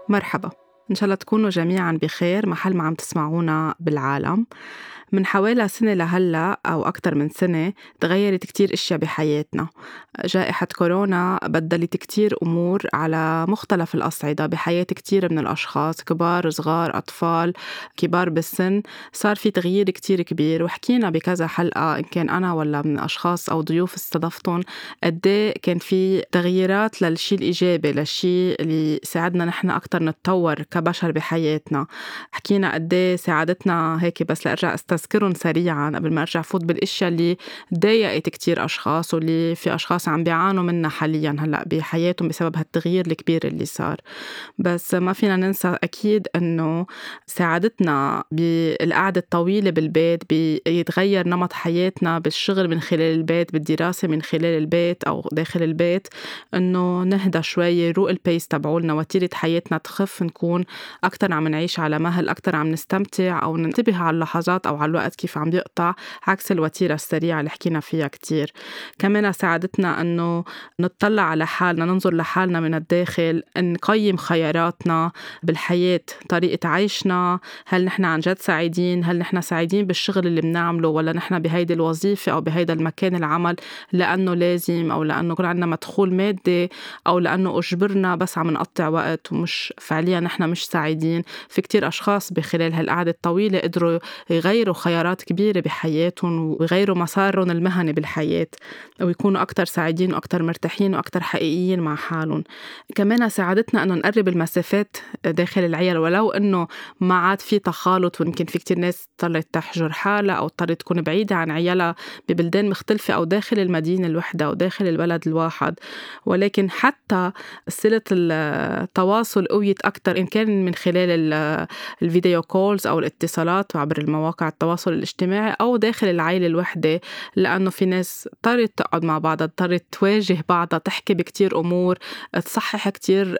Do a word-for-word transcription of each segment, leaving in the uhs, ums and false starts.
مرحبا، إن شاء الله تكونوا جميعاً بخير محل ما عم تسمعونا بالعالم. من حوالي سنة لهلأ أو أكتر من سنة تغيرت كتير إشياء بحياتنا. جائحة كورونا بدلت كتير أمور على مختلف الأصعدة بحياة كتير من الأشخاص، كبار صغار أطفال كبار بالسن. صار في تغيير كتير كبير، وحكينا بكذا حلقة إن كان أنا ولا من أشخاص أو ضيوف استضفتهم قديه كان في تغييرات للشي الإيجابي، للشي اللي ساعدنا نحن أكتر نتطور كبشر بحياتنا. حكينا قديه ساعدتنا هيك، بس لأرجع استذكرهم سريعا قبل ما أرجع فوت بالإشياء اللي ضايقت كتير أشخاص واللي في أشخاص عم بيعانوا منها حاليا هلأ بحياتهم بسبب هالتغيير الكبير اللي صار. بس ما فينا ننسى أكيد أنه ساعدتنا بالقعدة الطويلة بالبيت، بيتغير نمط حياتنا بالشغل من خلال البيت، بالدراسة من خلال البيت أو داخل البيت، أنه نهدى شوي، يروق البيس تبعولنا، وتيرة حياتنا تخف، نكون أكتر عم نعيش على مهل، أكتر عم نستمتع أو ننتبه على اللحظات أو على الوقت كيف عم بيقطع، عكس الوتيرة السريعة اللي حكينا فيها كتير. كمان ساعدتنا أنه نطلع على حالنا، ننظر لحالنا من الداخل، نقيم خياراتنا بالحياة، طريقة عيشنا، هل نحن عن جد سعيدين، هل نحن سعيدين بالشغل اللي بنعمله، ولا نحن بهيدي الوظيفة أو بهيدا المكان العمل لأنه لازم أو لأنه يكون عندنا مدخول مادي أو لأنه أجبرنا بس عم نقطع وقت ومش فعليا نحن مش سعيدين. في كتير أشخاص بخلال هالقعدة الطويلة قدروا يغيروا خيارات كبيرة بحياتهم ويغيروا مسارهم المهني بالحياة ويكونوا أكتر سعيدين وأكتر مرتاحين وأكتر حقيقيين مع حالهم. كمان ساعدتنا أنه نقرب المسافات داخل العيال، ولو أنه ما عاد في تخالط، ويمكن في كتير ناس اضطرت تحجر حالها أو اضطرت تكون بعيدة عن عيالها ببلدان مختلفة أو داخل المدينة الوحدة أو داخل البلد الواحد. ولكن حتى صلة التواصل قويت أكتر، إن كان من خلال الفيديو كولز أو الاتصالات عبر المواقع التواصل الاجتماعي أو داخل العائلة الوحدة، لأنه في ناس اضطرت تقعد مع بعضها، اضطرت تواجه بعضها، تحكي بكتير أمور، تصحح كتير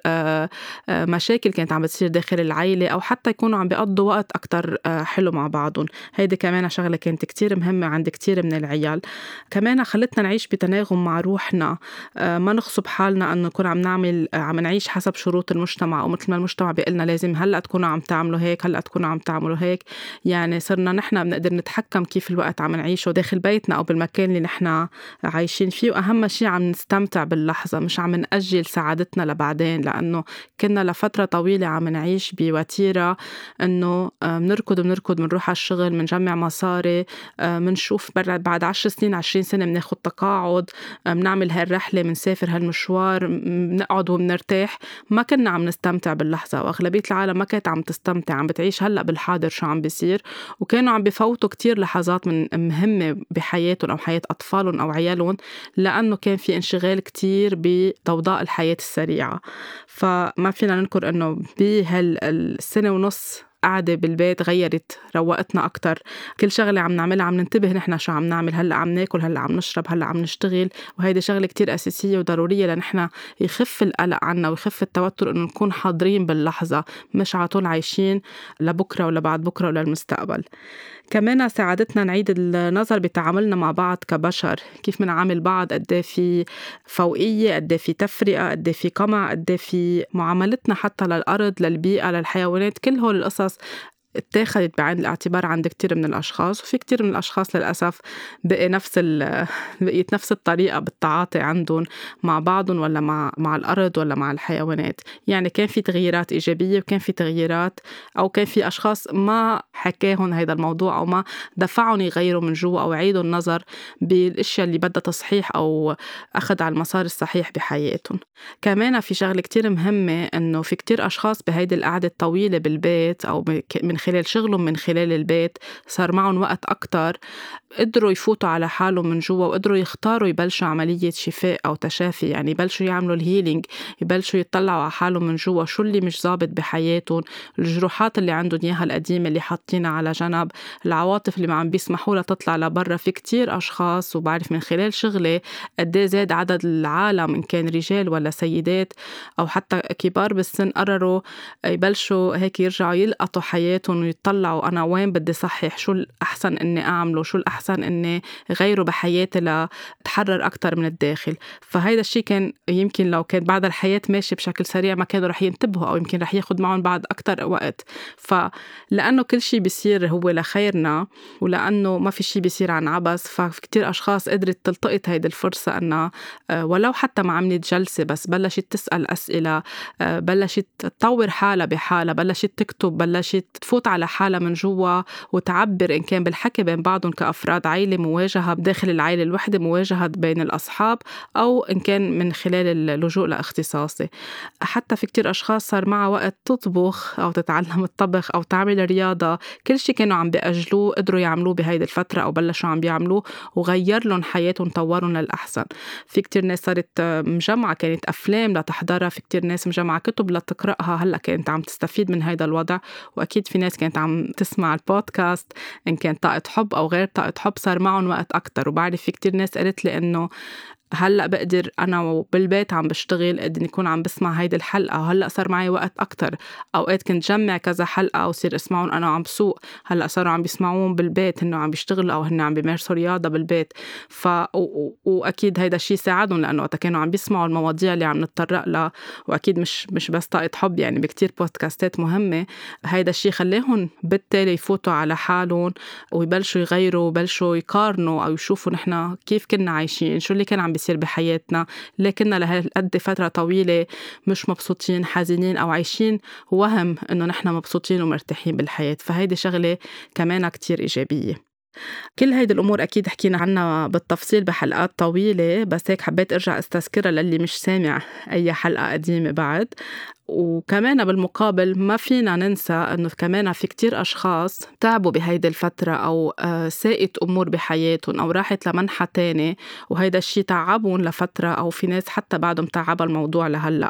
مشاكل كانت عم بتصير داخل العائلة، أو حتى يكونوا عم بيقضوا وقت أكتر حلو مع بعضهم. هيدي كمان شغلة كانت كتير مهمة عند كتير من العيال. كمان خلتنا نعيش بتناغم مع روحنا، ما نغصب حالنا أنه نكون عم نعمل عم نعيش حسب شروط المجتمع أو مثل ما المجتمع بيقلنا لازم هلأ تكونوا عم تعملوا هيك، هلأ تكونوا عم تعملوا هيك. يعني صرنا نحن بنقدر نتحكم كيف الوقت عم نعيشه داخل بيتنا أو بالمكان اللي نحن عايشين فيه، وأهم شيء عم نستمتع باللحظة، مش عم نأجل سعادتنا لبعدين، لأنه كنا لفترة طويلة عم نعيش بوتيرة أنه بنركض بنركض بنروح على الشغل، بنجمع مصاري، بنشوف بعد عشر سنين عشرين سنة بناخد تقاعد، بنعمل هالرحلة، بنسافر هالمشوار، بنقعد وبنرتاح. ما كنا عم نستمتع باللحظة، وأغلبية العالم ما كانت عم تستمتع، عم بتعيش هلأ بالحاضر شو عم بيصير، وكانوا عم بفوتوا كتير لحظات من مهمة بحياتهم أو حياة أطفالهم أو عيالهم، لأنه كان في انشغال كتير بضوضاء الحياة السريعة. فما فينا ننكر أنه بهالسنة ونص قاعدة بالبيت غيرت، روقتنا أكتر. كل شغلة عم نعملها عم ننتبه نحن شو عم نعمل، هلأ عم ناكل، هلأ عم نشرب، هلأ عم نشتغل، وهيدي شغلة كتير أساسية وضرورية لنحن يخف القلق عنا ويخف التوتر، إنه نكون حاضرين باللحظة، مش على طول عايشين لبكرة ولا بعد بكرة ولا المستقبل. كمان ساعدتنا نعيد النظر بتعاملنا مع بعض كبشر، كيف منعامل بعض، قد في فوقية، قد في تفرقة، قد في قمع، قد في معاملتنا حتى للأرض، للبيئة، للحيوانات. كل هول القصص اتاخدت بعين الاعتبار عند كتير من الأشخاص، وفي كتير من الأشخاص للأسف بقي نفس ال بقيت نفس الطريقة بالتعاطي عندهم مع بعضهم ولا مع مع الأرض ولا مع الحيوانات. يعني كان في تغييرات إيجابية وكان في تغييرات، أو كان في أشخاص ما حكاهن هيدا الموضوع أو ما دفعهم يغيروا من جوا أو يعيدوا النظر بالأشياء اللي بدها تصحيح أو أخذ على المسار الصحيح بحياتهم. كمان في شغلة كتير مهمة، إنه في كتير أشخاص بهيدي القعدة الطويلة بالبيت أو من خلال شغلهم من خلال البيت صار معهم وقت أكتر، قدروا يفوتوا على حالهم من جوا وقدروا يختاروا يبلشوا عملية شفاء أو تشافي، يعني يبلشوا يعملوا الهيلينج، يبلشوا يطلعوا على حالهم من جوا شو اللي مش ضابط بحياتهم، الجروحات اللي عندهم إياها القديمة اللي حاطينها على جنب، العواطف اللي ما عم بيسمحوا لها تطلع لبرا. في كتير أشخاص، وبعرف من خلال شغلي قد ايه زاد عدد العالم إن كان رجال ولا سيدات أو حتى كبار بالسن، قرروا يبلشوا هيك يرجعوا يلقطوا حياتهم بحياتهم ويطلعوا أنا وين بدي صحح، شو الأحسن إني أعمله، شو الأحسن إني غيره بحياتي لتحرر أكتر من الداخل. فهيدا الشي كان يمكن لو كان بعد الحياة ماشي بشكل سريع ما كانوا رح ينتبهوا، أو يمكن رح ياخد معهم بعد أكتر وقت. فلأنه كل شي بيصير هو لخيرنا، ولأنه ما في شي بيصير عن عبس، فكتير أشخاص قدرت تلتقط هيدي الفرصة أنها ولو حتى ما عملت جلسة بس بلشت تسأل أسئلة، بلشت تطور حالها بحالها، بلشت تكتب، بلشت تفوت على حالها من جوا وتعبر، إن كان بالحكي بين بعضهم كأفراد عائلة، مواجهة بداخل العائلة الوحدة، مواجهة بين الأصحاب، أو إن كان من خلال اللجوء لاختصاصي. حتى في كتير أشخاص صار معها وقت تطبخ أو تتعلم الطبخ أو تعمل رياضة، كل شي كانوا عم بيأجلوه قدروا يعملوه بهيدي الفترة أو بلشوا عم بيعملوه وغير لهم حياتهم، طورهم للأحسن. في كتير ناس صارت مجمعة كانت أفلام لتحضرها، في كتير ناس مجمعة كتب لتقرأها هلأ كانت عم تستفيد من هيدا الوضع، وأكيد في ناس كانت عم تسمع البودكاست إن كان طاقة حب أو غير طاقة حب، صار معهم وقت أكتر. وبعرف في كتير ناس قالت لي إنه هلأ بقدر أنا وبالبيت عم بشتغل قد نكون عم بسمع هيدي الحلقة، وهلأ صار معي وقت أكتر. أوقات كنت جمع كذا حلقة وصير اسمعهم أنا عم بسوق، هلأ صاروا عم بيسمعون بالبيت هنو عم بيشتغلوا أو هن عم بيمارسوا رياضة بالبيت. ف... و... و... وأكيد هيدا الشي ساعدهم، لأنه وقتا كانوا عم بيسمعوا المواضيع اللي عم نتطرق لها، وأكيد مش مش بس طاقة حب، يعني بكتير بودكاستات مهمة، هيدا الشي خليهم بالتالي يفوتوا على حالهم ويبلشوا يغيروا ويبلشوا يقارنوا أو يشوفوا نحنا كيف كنا عايشين، شو اللي كان عم بيصير بحياتنا، لكننا لهالقد فترة طويلة مش مبسوطين، حزينين، أو عايشين وهم إنه نحنا مبسوطين ومرتاحين بالحياة. فهيدي شغلة كمان كتير إيجابية. كل هيدي الأمور أكيد حكينا عنها بالتفصيل بحلقات طويلة، بس هيك حبيت أرجع استذكرها للي مش سامع أي حلقة قديمة بعد. وكمان بالمقابل ما فينا ننسى أنه كمان في كتير أشخاص تعبوا بهيدي الفترة أو ساءت أمور بحياتهم أو راحت لمنحة تاني، وهيدا الشي تعبون لفترة، أو في ناس حتى بعدهم تعبوا الموضوع لهلأ.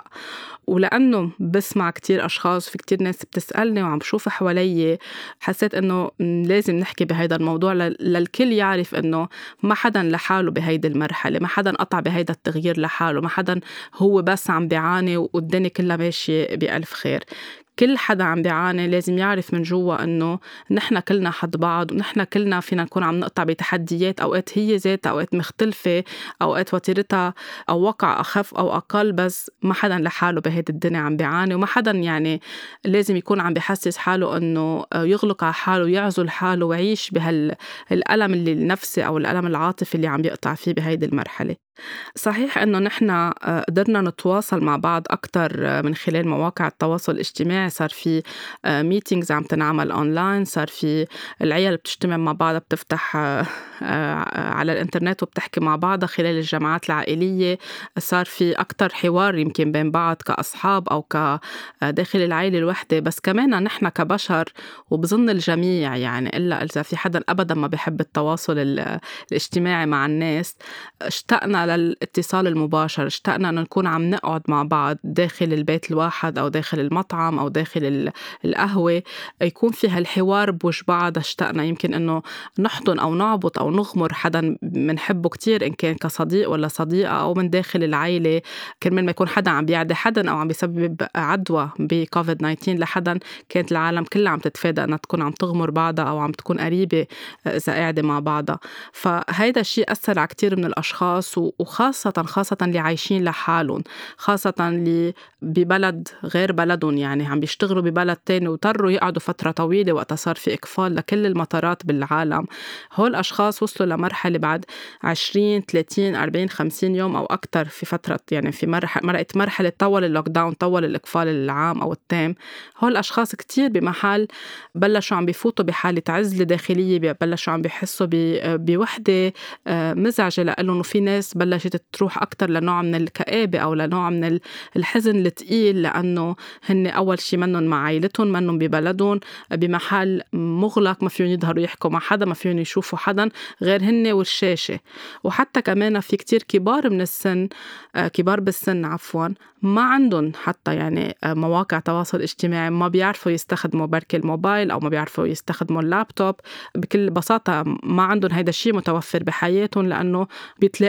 ولأنه بسمع كتير أشخاص، في كتير ناس بتسألني وعم بشوف حوالي، حسيت أنه لازم نحكي بهيدا الموضوع للكل يعرف أنه ما حدا لحاله بهيدي المرحلة، ما حدا قطع بهيدا التغيير لحاله، ما حدا هو بس عم بيعاني والدنيا كلها ماشية بألف خير. كل حدا عم بيعاني لازم يعرف من جوا أنه نحنا كلنا حد بعض، ونحنا كلنا فينا نكون عم نقطع بتحديات، أوقات هي ذات أوقات مختلفة، أوقات وتيرتها أو وقع أخف أو أقل، بس ما حدا لحاله بهيدي الدنيا عم بيعاني، وما حدا يعني لازم يكون عم بيحسس حاله أنه يغلق على حاله ويعزل حاله ويعيش بهالألم اللي النفسي أو الألم العاطفي اللي عم بيقطع فيه بهيدي المرحلة. صحيح أنه نحنا قدرنا نتواصل مع بعض أكتر من خلال مواقع التواصل الاجتماعي، صار في ميتينجز عم تنعمل أونلاين، صار في العيال بتجتمع مع بعض، بتفتح على الإنترنت وبتحكي مع بعض خلال الجماعات العائلية، صار في أكتر حوار يمكن بين بعض كأصحاب أو كداخل العائلة الوحدة. بس كمان نحنا كبشر، وبظن الجميع يعني إلا إذا في حدا أبدا ما بيحب التواصل الاجتماعي مع الناس، اشتقنا للاتصال المباشر، اشتقنا أن نكون عم نقعد مع بعض داخل البيت الواحد أو داخل المطعم أو داخل القهوة، يكون في هالحوار بوش بعض. اشتقنا يمكن أنه نحضن أو نعبط أو نغمر حدا منحبه كتير، إن كان كصديق ولا صديقة أو من داخل العائلة، كرمال ما يكون حدا عم بيعدي حدا أو عم بيسبب عدوى بكوفيد تسعة عشر لحدا، كانت العالم كلها عم تتفادى أنها تكون عم تغمر بعضها أو عم تكون قريبة إذا قاعدة مع بعضها. فهيدا الشيء أثر على كتير من الأشخاص، وخاصة خاصة اللي عايشين لحالهم، خاصة اللي ببلد غير بلدهم، يعني عم بيشتغلوا ببلد تاني وطروا يقعدوا فترة طويلة وقت صار في إقفال لكل المطارات بالعالم. هول الأشخاص وصلوا لمرحلة بعد عشرين ثلاثين أربعين خمسين يوم أو أكتر، في فترة يعني في مرحلة مرقت مرحلة طول اللوك داون، طول الإقفال العام أو التام. هول الأشخاص كتير بمحل بلشوا عم بيفوتوا بحالة عزلة داخلية، بلشوا عم بيحسوا بوحدة مزعجة، لأنه في ناس بلشت تروح أكتر لنوع من الكآبة أو لنوع من الحزن الثقيل، لأنه هن أول شي منهم مع عائلتهم، منهم ببلدهم، بمحل مغلق، ما فيهم يظهروا يحكوا مع حدا، ما فيهم يشوفوا حدا غير هن والشاشة. وحتى كمان في كتير كبار من السن، كبار بالسن عفوا، ما عندهم حتى يعني مواقع تواصل اجتماعي، ما بيعرفوا يستخدموا بركة الموبايل أو ما بيعرفوا يستخدموا اللابتوب، بكل بساطة ما عندهم هيدا الشيء متوفر بحياتهم، لأنه بيتلاقوا مع بعضهم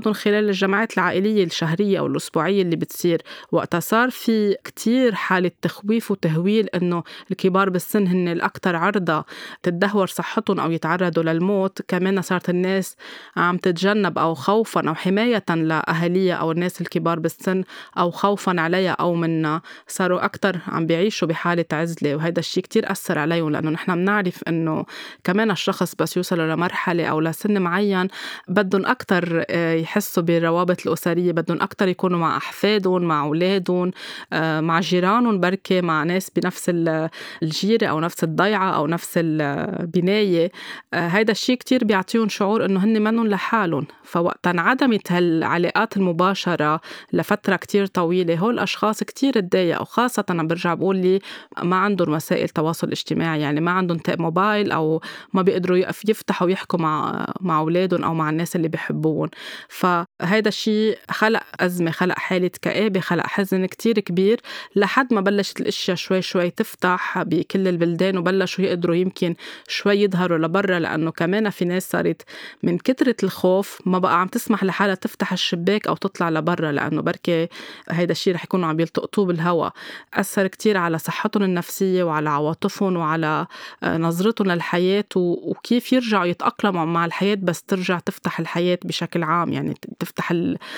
بعضهم خلال الجمعات العائلية الشهرية أو الأسبوعية اللي بتصير. وقتها صار في كتير حالة تخويف وتهويل إنه الكبار بالسن هن الأكثر عرضة تدهور صحتهم أو يتعرضوا للموت. كمان صارت الناس عم تتجنب أو خوفاً أو حماية لأهاليها أو الناس الكبار بالسن أو خوفاً عليها أو منا، صاروا أكتر عم بيعيشوا بحالة عزلة. وهذا الشيء كتير أثر عليهم، لأنه نحن بنعرف إنه كمان الشخص بس يوصلوا لمرحلة أو لسن معين بدهم أكتر يحسوا بالروابط الأسرية، بدهم أكتر يكونوا مع أحفادهم، مع أولادهم، مع جيرانهم، بركة مع ناس بنفس الجيرة أو نفس الضيعة أو نفس البناية. هيدا الشيء كتير بيعطيهم شعور إنه هن منهم لحالهم. فوقت انعدمت هالعلاقات المباشرة لفترة كتير طويلة، هول الأشخاص كتير اتضايقوا، خاصة أنا برجع بقول لي ما عندهم وسائل تواصل اجتماعي، يعني ما عندهم موبايل أو ما بيقدروا يفتحوا ويحكوا مع مع أولادهم أو مع الناس اللي بيحبوهم. فهيدا الشيء خلق أزمة، خلق حالة كآبة، خلق حزن كتير كبير، لحد ما بلشت الأشياء شوي شوي تفتح بكل البلدان وبلشوا يقدروا يمكن شوي يظهروا لبرا. لأنه كمان في ناس صارت من كترة الخوف ما بقى عم تسمح لحالها تفتح الشباك أو تطلع لبرا، لأنه بركة هيدا الشيء رح يكونوا عم يلتقطوه بالهواء. أثر كتير على صحتهم النفسية وعلى عواطفهم وعلى نظرتهم للحياة وكيف يرجعوا يتأقلموا مع الحياة بس ترجع تفتح الحياة بشكل عام، يعني تفتح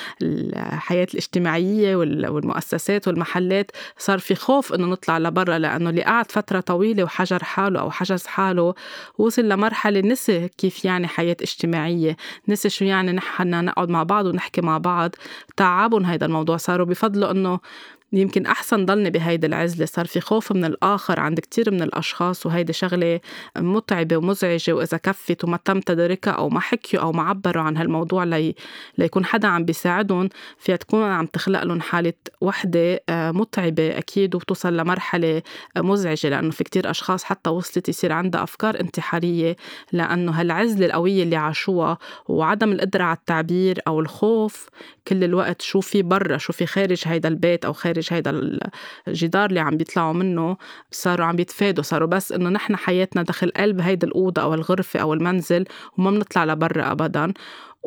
الحياة الاجتماعية والمؤسسات والمحلات. صار في خوف إنه نطلع لبرا، لأنه اللي قعد فترة طويلة وحجر حاله أو حجز حاله وصل لمرحلة نسي كيف يعني حياة اجتماعية، نسي شو يعني نحن نقعد مع بعض ونحكي مع بعض. تعبون هيدا الموضوع، صاروا بفضلوا إنه يمكن أحسن ضلني بهيدا العزلة. صار في خوف من الآخر عند كتير من الأشخاص، وهيدا شغلة متعبة ومزعجة. وإذا كفت وما تم تداركها أو ما حكيوا أو ما عبروا عن هالموضوع لي ليكون حدا عم بيساعدهم، فيها تكون عم تخلق لهم حالة وحدة متعبة أكيد، وتوصل لمرحلة مزعجة. لأنه في كتير أشخاص حتى وصلت يصير عندها أفكار انتحارية، لأنه هالعزلة القوية اللي عاشوها وعدم القدرة على التعبير أو الخوف كل الوقت شو في برا شو في خارج هيدا البيت أو خارج هيدا الجدار اللي عم بيطلعوا منه. صاروا عم بيتفادوا، صاروا بس إنه نحن حياتنا داخل قلب هيدا الأوضة أو الغرفة أو المنزل وما بنطلع لبرا أبداً.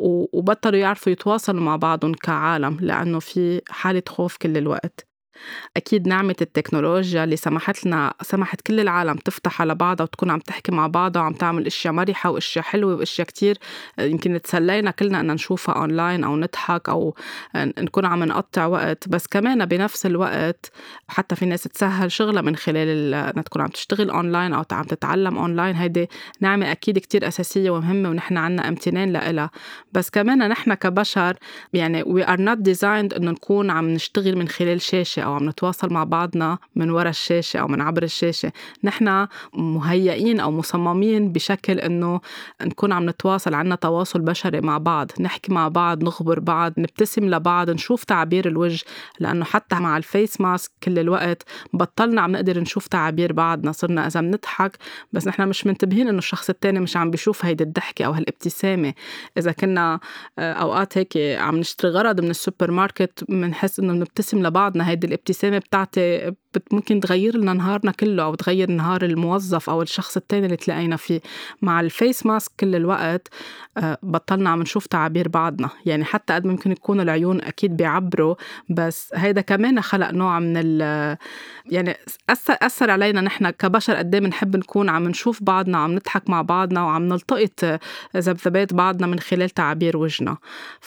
وبطلوا يعرفوا يتواصلوا مع بعضهم كعالم، لأنه في حالة خوف كل الوقت. أكيد نعمة التكنولوجيا اللي سمحت لنا سمحت كل العالم تفتح على بعضها وتكون عم تحكي مع بعضها وعم تعمل إشياء مرحة وإشياء حلوة وإشياء كتير يمكن تسلينا كلنا أن نشوفها أونلاين أو نضحك أو نكون عم نقطع وقت. بس كمان بنفس الوقت حتى في ناس تسهل شغلها من خلال أن تكون عم تشتغل أونلاين أو عم تتعلم أونلاين. هيدي نعمة أكيد كتير أساسية ومهمة ونحن عنا امتنان لها. بس كمان نحن كبشر يعني we are not designed أنه نكون عم نشتغل من خلال شاشة أو عم نتواصل مع بعضنا من وراء الشاشة أو من عبر الشاشة. نحن مهيئين أو مصممين بشكل أنه نكون عم نتواصل، عنا تواصل بشري مع بعض، نحكي مع بعض، نخبر بعض، نبتسم لبعض، نشوف تعابير الوجه. لأنه حتى مع الفيس ماسك كل الوقت بطلنا عم نقدر نشوف تعابير بعضنا. صرنا إذا بنضحك بس نحن مش منتبهين أنه الشخص التاني مش عم بيشوف هيدا الضحكة أو هالابتسامة. إذا كنا أوقات هيك عم نشتري غرض من السوبر ماركت بنحس أنه نبتسم لبعضنا، هيدي الابتسامة بتاعتي ممكن تغير لنا نهارنا كله أو تغير نهار الموظف أو الشخص التاني اللي تلاقينا فيه. مع الفيس ماسك كل الوقت بطلنا عم نشوف تعابير بعضنا. يعني حتى قد ممكن يكون العيون أكيد بيعبروا، بس هيدا كمان خلق نوع من ال يعني أثر, أثر علينا نحن كبشر قدام نحب نكون عم نشوف بعضنا، عم نضحك مع بعضنا وعم نلتقط ذبذبات بعضنا من خلال تعابير وجهنا.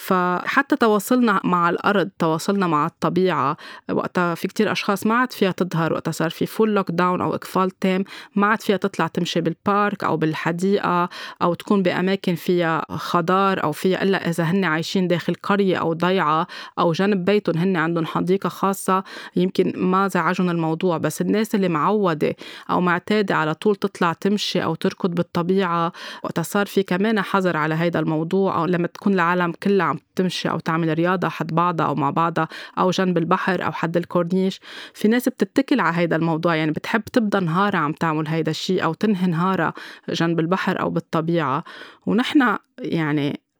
فحتى تواصلنا مع الأرض، تواصلنا مع الطبيعة، وقتها في كتير أشخاص ما عاد فيها تظهر. وقتها صار في فول لوك داون أو إقفال تام، ما عاد فيها تطلع تمشي بالبارك أو بالحديقة أو تكون بأماكن فيها خضار أو فيها، إلا إذا هن عايشين داخل قرية أو ضيعة أو جنب بيتهم هن عندهم حديقة خاصة يمكن ما زعجهم الموضوع. بس الناس اللي معودة أو معتادة على طول تطلع تمشي أو تركض بالطبيعة، وقتها صار في كمان حظر على هيدا الموضوع. أو لما تكون العالم كلها عم تمشي أو تعمل رياضة حد بعضها أو مع بعضها أو جنب البحر أو حد الكورنيش، في ناس بتتكل على هيدا الموضوع، يعني بتحب تبدأ نهارها عم تعمل هيدا الشيء أو تنهي نهارها جنب البحر أو بالطبيعة. ونحن يعني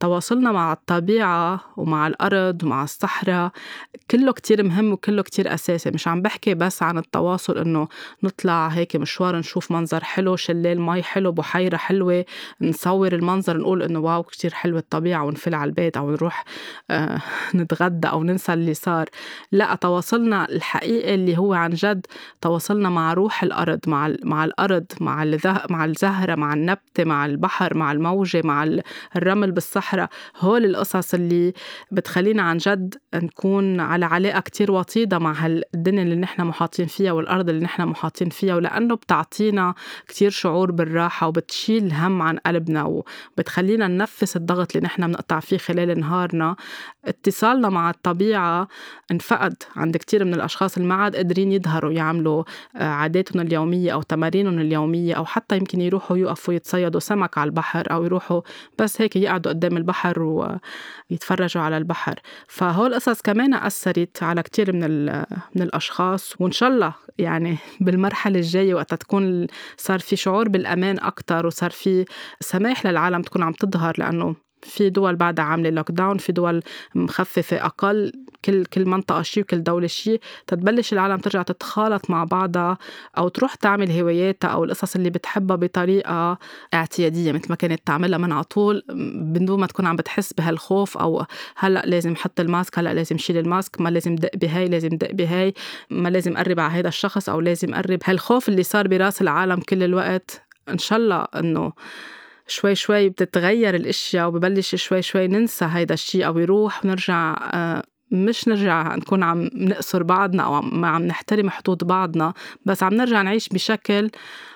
تواصلنا مع الطبيعة ومع الأرض ومع الصحراء كله كتير مهم وكله كتير أساسي. مش عم بحكي بس عن التواصل إنه نطلع هيك مشوار نشوف منظر حلو، شلال مي حلو، بحيرة حلوة، نصور المنظر نقول إنه واو كتير حلوة الطبيعة ونفل على البيت، أو نروح آه نتغدى أو ننسى اللي صار. لا، تواصلنا الحقيقي اللي هو عن جد تواصلنا مع روح الأرض، مع ال- مع الأرض، مع الذه- مع الزهرة، مع النبتة، مع البحر، مع الموجة، مع ال- الرمل بالصحراء. هول القصص اللي بتخلينا عن جد نكون على علاقة كتير وطيدة مع هالدنيا اللي نحن محاطين فيها والأرض اللي نحن محاطين فيها، ولأنه بتعطينا كتير شعور بالراحة وبتشيل الهم عن قلبنا وبتخلينا ننفس الضغط اللي نحن بنقطع فيه خلال نهارنا. اتصالنا مع الطبيعة انفقد عند كتير من الأشخاص اللي ما عاد قادرين يظهروا يعملوا آه، عاداتهم اليومية أو تمارينهم اليومية، أو حتى يمكن يروحوا يقفوا يتصيدوا سمك على البحر، أو يروحوا بس هيك يقعدوا قدام البحر ويتفرجوا على البحر. فهول قصص كمان أثرت على كتير من, ال- من الأشخاص. وإن شاء الله يعني بالمرحلة الجاية وقت تكون صار في شعور بالأمان أكتر وصار في سماح للعالم تكون عم تظهر، لأنه في دول بعدها عاملة لوك داون، في دول مخففة أقل، كل كل منطقة شيء وكل دولة شيء، تتبلش العالم ترجع تتخالط مع بعضها أو تروح تعمل هواياتها أو القصص اللي بتحبها بطريقة اعتيادية مثل ما كانت تعملها من عطول، بدون ما تكون عم بتحس بهالخوف أو هلأ لازم حط الماسك، هلأ لازم شيل الماسك، ما لازم دق بهاي، لازم دق بهاي، ما لازم قرب على هيدا الشخص أو لازم قرب. هالخوف اللي صار براس العالم كل الوقت، إن شاء الله إنه شوي شوي بتتغير الاشياء وببلش شوي شوي ننسى هيدا الشيء او يروح ونرجع آه، مش نرجع نكون عم نقصر بعضنا او ما عم نحترم حدود بعضنا، بس عم نرجع نعيش بشكل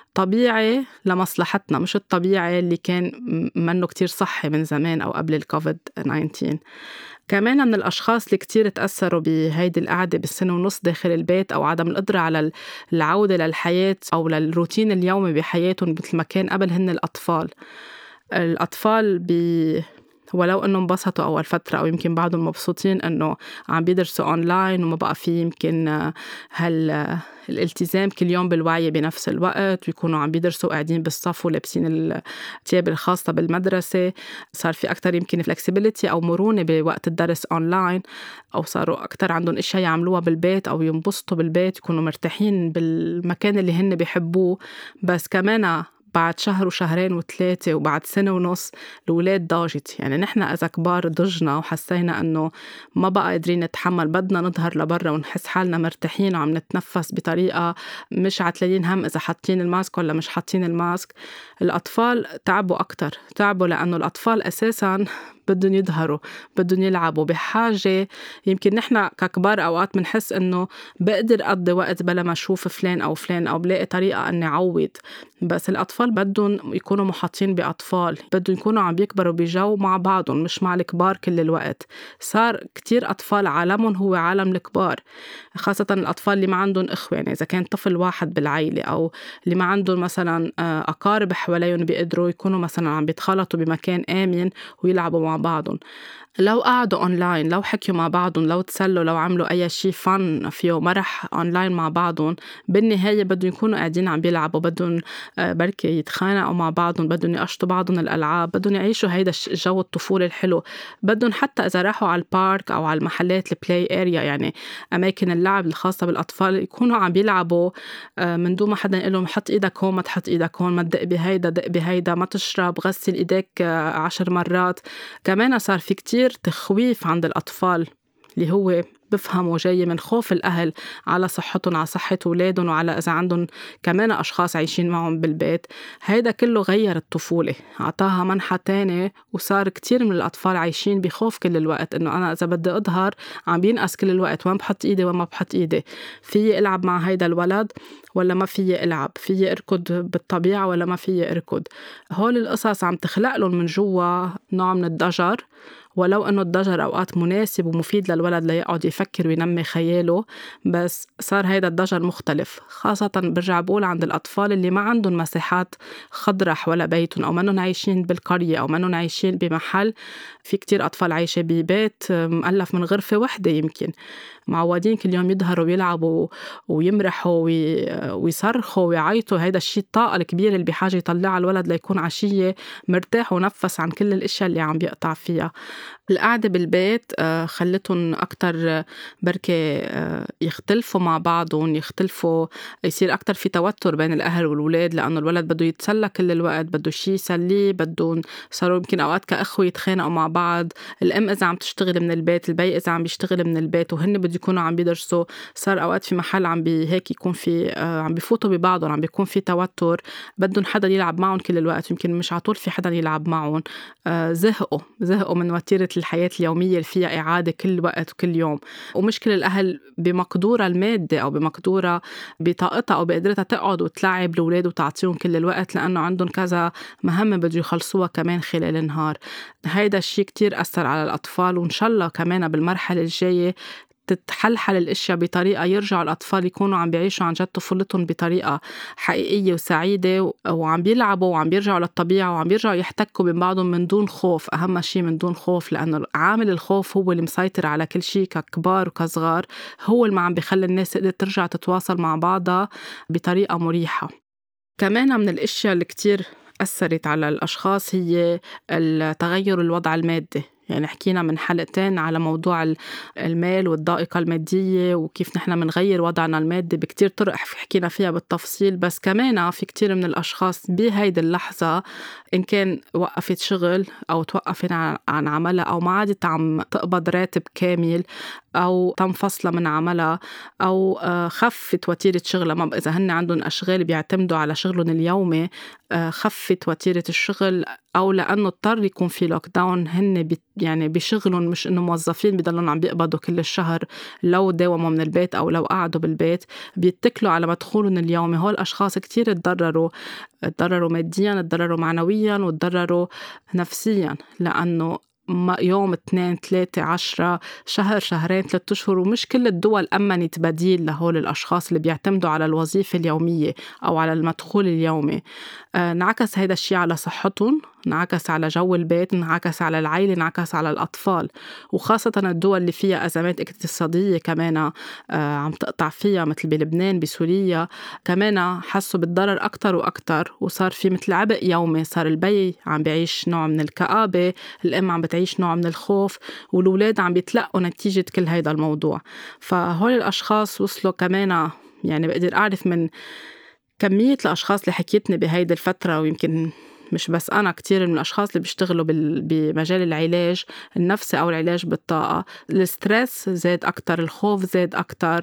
طبيعي لمصلحتنا، مش الطبيعي اللي كان منه كتير صحي من زمان أو قبل الكوفيد تسعة عشر. كمان من الأشخاص اللي كتير تأثروا بهيدي القعدة بالسنة ونص داخل البيت أو عدم القدرة على العودة للحياة أو للروتين اليومي بحياتهم مثل ما كان قبل هن الأطفال. الأطفال بي ولو أنهم انبسطوا أول فترة أو يمكن بعضهم مبسوطين أنه عم بيدرسوا أونلاين وما بقى في يمكن هال الالتزام كل يوم بالوعي بنفس الوقت، ويكونوا عم بيدرسوا قاعدين بالصف ولابسين الثياب الخاصة بالمدرسة. صار في أكتر يمكن flexibility أو مرونة بوقت الدرس أونلاين، أو صاروا أكتر عندهم إشياء يعملوها بالبيت أو ينبسطوا بالبيت، يكونوا مرتاحين بالمكان اللي هن بيحبوه. بس كمان بعد شهر وشهرين وثلاثة وبعد سنة ونص الولاد ضاجت. يعني نحن إذا كبار ضجنا وحسينا أنه ما بقى قادرين نتحمل، بدنا نظهر لبرا ونحس حالنا مرتاحين وعم نتنفس بطريقة مش عتلين هم إذا حاطين الماسك ولا مش حاطين الماسك. الأطفال تعبوا أكتر، تعبوا لأنه الأطفال أساساً بدهم يظهروا، بدهم يلعبوا، بحاجة. يمكن نحن ككبار أوقات منحس إنه بقدر أقضي وقت بلا ما أشوف فلان أو فلان أو بلاقي طريقة أني أعوض، بس الأطفال بدهم يكونوا محاطين بأطفال، بدهم يكونوا عم بيكبروا بجو مع بعضهم مش مع الكبار كل الوقت. صار كتير أطفال عالمهم هو عالم الكبار، خاصة الأطفال اللي ما عندهم إخوة. يعني إذا كان طفل واحد بالعائلة أو اللي ما عندهم مثلا أقارب حواليهم بيقدروا يكونوا مثلا عم بيتخلطوا بمكان آمن ويلعبوا مع بعضهم، لو قعدوا أونلاين، لو حكيوا مع بعضهم، لو تسلوا، لو عملوا أي شيء فن فيه مرح أونلاين مع بعضهم، بالنهاية بدهم يكونوا قاعدين عم بيلعبوا، بدهم بركي يتخانقوا مع بعضهم، بدهم يقشطوا بعضهم الألعاب، بدهم يعيشوا هيدا الجو الطفولة الحلو. بدهم حتى إذا راحوا على البارك أو على المحلات البلاي اريا، يعني أماكن اللعب الخاصة بالأطفال، يكونوا عم بيلعبوا من دون ما حدا يقول لهم حط إيدك هون، ما تحط إيدك هون، ما تدق بهيدا دق بهيدا، ما تشرب، غسل إيديك عشر مرات. كمان صار في كتير تخويف عند الأطفال اللي هو بفهموا جاي من خوف الأهل على صحتهم، على صحة أولادهم، وعلى إذا عندهم كمان أشخاص عايشين معهم بالبيت. هيدا كله غير الطفولة، عطاها منحى تاني، وصار كتير من الأطفال عايشين بخوف كل الوقت إنه أنا إذا بدي أظهر عم بينقص كل الوقت، وين بحط إيدي وين ما بحط إيدي، في ألعب مع هيدا الولد ولا ما في ألعب، في أركض بالطبيعة ولا ما في أركض. هول القصص عم تخلق لهم من جوا نوع من الضجر ولو إنه الضجر أوقات مناسب ومفيد للولد ليقعد يفكر وينمي خياله، بس صار هيدا الضجر مختلف، خاصة برجع بقول عند الأطفال اللي ما عندهم مساحات خضرة حول بيتهم، أو منهم عايشين بالقرية، أو منهم عايشين بمحل. في كتير أطفال عايشة ببيت مؤلف من غرفة واحدة، يمكن معودين كل يوم يظهروا ويلعبوا ويمرحوا ويصرخوا ويعيطوا. هيدا الشيء الطاقة الكبيرة اللي بحاجة يطلعها الولد ليكون عشية مرتاح ونفس عن كل الاشياء اللي عم بيقطع فيها. القعدة بالبيت خلتهم أكتر بركة يختلفوا مع بعضهم، يختلفوا، يصير أكتر في توتر بين الأهل والولاد، لأنه الولد بده يتسلى كل الوقت، بده شيء يسليه، بدهم صاروا يمكن أوقات كأخوة يتخانقوا مع بعض. الأم إذا عم تشتغل من البيت، البي إذا عم بيشتغل من البيت، وهن بده يكونوا عم بيدرسوا، صار أوقات في محل عم بي هيك يكون في عم بيفوتوا ببعضهم، عم بيكون في توتر، بدهم حدا يلعب معهم كل الوقت، يمكن مش عطول في حدا يلعب معهم. زهقوا زهقوا من وتيرة الحياة اليومية اللي فيها إعادة كل وقت وكل يوم. ومشكلة الأهل بمقدورة المادة أو بمقدورة بطاقتها أو بقدرتها تقعد وتلعب الأولاد وتعطيهم كل الوقت، لأنه عندهم كذا مهمة بده يخلصوها كمان خلال النهار. هيدا الشيء كتير أثر على الأطفال، وإن شاء الله كمان بالمرحلة الجاية تتحلحل الاشياء بطريقه يرجعوا الاطفال يكونوا عم بيعيشوا عن جد طفولتهم بطريقه حقيقيه وسعيده، وعم بيلعبوا وعم بيرجعوا للطبيعه وعم بيرجعوا يحتكوا بين بعضهم من دون خوف. اهم شيء من دون خوف، لانه عامل الخوف هو اللي مسيطر على كل شيء ككبار وكصغار، هو اللي ما عم بيخلي الناس تقدر ترجع تتواصل مع بعضها بطريقه مريحه. كمان من الاشياء اللي كتير أثرت على الأشخاص هي التغير الوضع المادي. يعني حكينا من حلقتين على موضوع المال والضائقة المادية وكيف نحن منغير وضعنا المادي بكتير طرق حكينا فيها بالتفصيل. بس كمان في كتير من الأشخاص بهيدي اللحظة إن كان وقفت شغل أو توقفت عن عملها أو ما عادت عم تقبض راتب كامل أو تنفصل من عملها أو خفت وتيرة شغلها، ما إذا هن عندهم أشغال بيعتمدوا على شغلهم اليومي خفت وتيرة الشغل، أو لأنه اضطر يكون في لوك داون هن بي يعني بشغلهم، مش إنه موظفين بيضلون عم بيقبضوا كل الشهر لو داوموا من البيت أو لو قعدوا بالبيت بيتكلوا على مدخولهم اليومي. هول الأشخاص كتير اتضرروا اتضرروا ماديا، اتضرروا معنويا، واتضرروا نفسيا، لأنه يوم اثنين ثلاثة عشرة شهر شهرين ثلاثة أشهر، ومش كل الدول أمنت بديل لهول الأشخاص اللي بيعتمدوا على الوظيفة اليومية أو على المدخول اليومي. آه نعكس هذا الشيء على صحتهم، نعكس على جو البيت، نعكس على العائلة، نعكس على الأطفال، وخاصة الدول اللي فيها أزمات اقتصادية كمان آه عم تقطع فيها، مثل بلبنان بسوريا، كمان حسوا بالضرر أكتر وأكتر، وصار في مثل عبء يومي، صار البي عم بيعيش نوع من الكآبة، الأم عم بتعيش نوع من الخوف، والولاد عم بيتلقوا نتيجة كل هيدا الموضوع. فهول الأشخاص وصلوا كمان، يعني بقدر أعرف من كمية الأشخاص اللي حكيتني بهيدي الفترة، ويمكن مش بس أنا، كتير من الأشخاص اللي بيشتغلوا بمجال العلاج النفسي أو العلاج بالطاقة، الستريس زاد أكتر، الخوف زاد أكتر،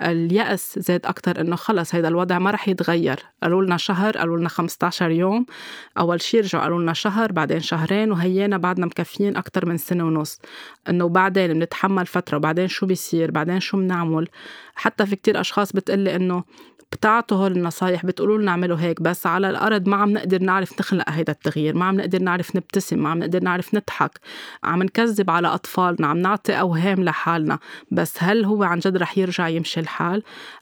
اليأس زاد أكتر، إنه خلص هيدا الوضع ما رح يتغير. قالوا لنا شهر، قالوا لنا خمسة عشر يوم، أول شي رجعوا قالوا لنا شهر، بعدين شهرين، وهينا بعدنا مكفيين أكتر من سنة ونص، إنه بعدين بنتحمل فترة وبعدين شو بيصير، بعدين شو بنعمل. حتى في كتير أشخاص بتقلي إنه بتعطوا هول النصايح، بتقولوا لنا نعملوا هيك، بس على الأرض ما عم نقدر نعرف نخلق هيدا التغيير، ما عم نقدر نعرف نبتسم، ما عم نقدر نعرف نضحك، عم نكذب على أطفالنا، عم نعطي أوهام لحالنا. بس هل هو عن جد رح يرجع يمشي الحال؟